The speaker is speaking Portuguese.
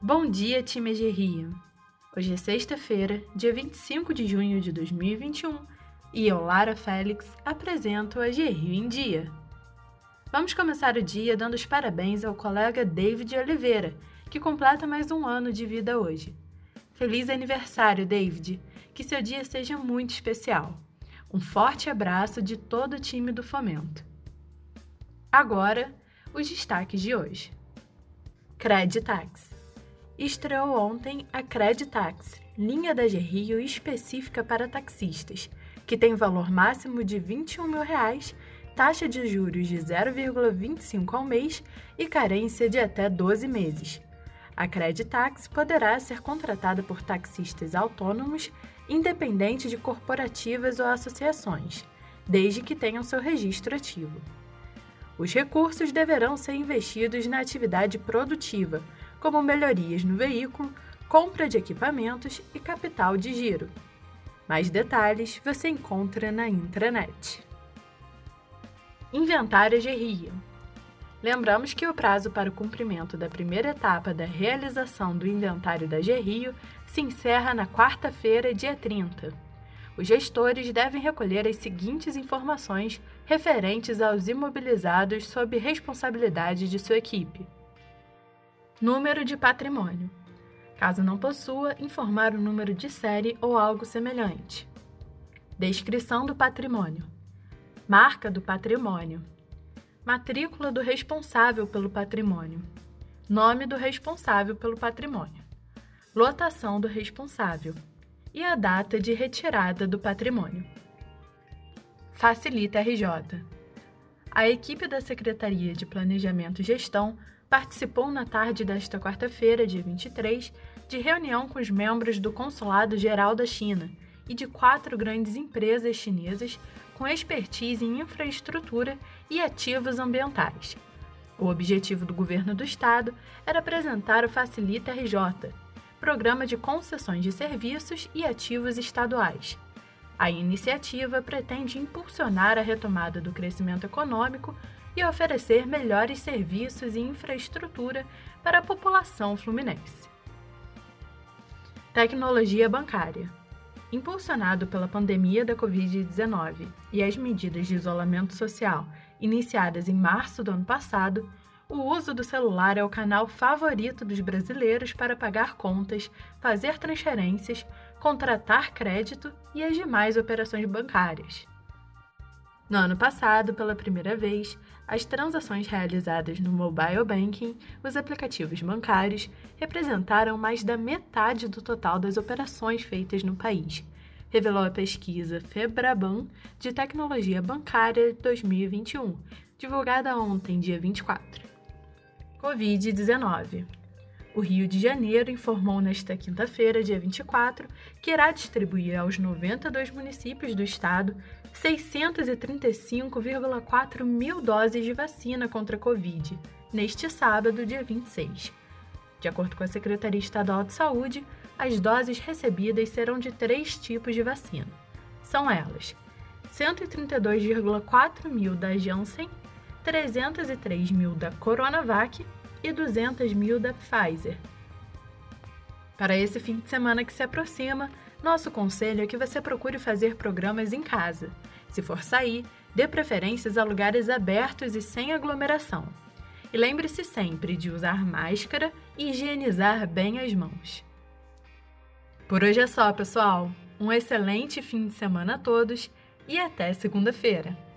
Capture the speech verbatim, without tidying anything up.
Bom dia, time G Rio! Hoje é sexta-feira, dia vinte e cinco de junho de dois mil e vinte e um, e eu, Lara Félix, apresento a G Rio em Dia. Vamos começar o dia dando os parabéns ao colega David Oliveira, que completa mais um ano de vida hoje. Feliz aniversário, David! Que seu dia seja muito especial. Um forte abraço de todo o time do Fomento. Agora, os destaques de hoje. Creditax. Estreou ontem a Creditax, linha da G Rio específica para taxistas, que tem valor máximo de vinte e um mil reais, taxa de juros de zero vírgula vinte e cinco ao mês e carência de até doze meses. A Creditax poderá ser contratada por taxistas autônomos, independente de corporativas ou associações, desde que tenham seu registro ativo. Os recursos deverão ser investidos na atividade produtiva, como melhorias no veículo, compra de equipamentos e capital de giro. Mais detalhes você encontra na intranet. Inventário G Rio. Lembramos que o prazo para o cumprimento da primeira etapa da realização do inventário da G Rio se encerra na quarta-feira, dia trinta. Os gestores devem recolher as seguintes informações referentes aos imobilizados sob responsabilidade de sua equipe. Número de patrimônio. Caso não possua, informar o número de série ou algo semelhante. Descrição do patrimônio. Marca do patrimônio. Matrícula do responsável pelo patrimônio. Nome do responsável pelo patrimônio. Lotação do responsável. E a data de retirada do patrimônio. Facilita R J. A equipe da Secretaria de Planejamento e Gestão participou na tarde desta quarta-feira, dia vinte e três, de reunião com os membros do Consulado Geral da China e de quatro grandes empresas chinesas com expertise em infraestrutura e ativos ambientais. O objetivo do governo do estado era apresentar o Facilita R J, programa de concessões de serviços e ativos estaduais. A iniciativa pretende impulsionar a retomada do crescimento econômico e oferecer melhores serviços e infraestrutura para a população fluminense. Tecnologia bancária. Impulsionado pela pandemia da covid dezenove e as medidas de isolamento social iniciadas em março do ano passado, o uso do celular é o canal favorito dos brasileiros para pagar contas, fazer transferências, contratar crédito e as demais operações bancárias. No ano passado, pela primeira vez, as transações realizadas no mobile banking, os aplicativos bancários, representaram mais da metade do total das operações feitas no país, revelou a pesquisa Febraban de Tecnologia Bancária dois mil e vinte e um, divulgada ontem, dia vinte e quatro. covid dezenove. O Rio de Janeiro informou nesta quinta-feira, dia vinte e quatro, que irá distribuir aos noventa e dois municípios do estado seiscentos e trinta e cinco vírgula quatro mil doses de vacina contra a Covid, neste sábado, dia vinte e seis. De acordo com a Secretaria Estadual de Saúde, as doses recebidas serão de três tipos de vacina. São elas: cento e trinta e dois vírgula quatro mil da Janssen, trezentos e três mil da Coronavac e duzentos mil da Pfizer. Para esse fim de semana que se aproxima, nosso conselho é que você procure fazer programas em casa. Se for sair, dê preferências a lugares abertos e sem aglomeração. E lembre-se sempre de usar máscara e higienizar bem as mãos. Por hoje é só, pessoal. Um excelente fim de semana a todos e até segunda-feira.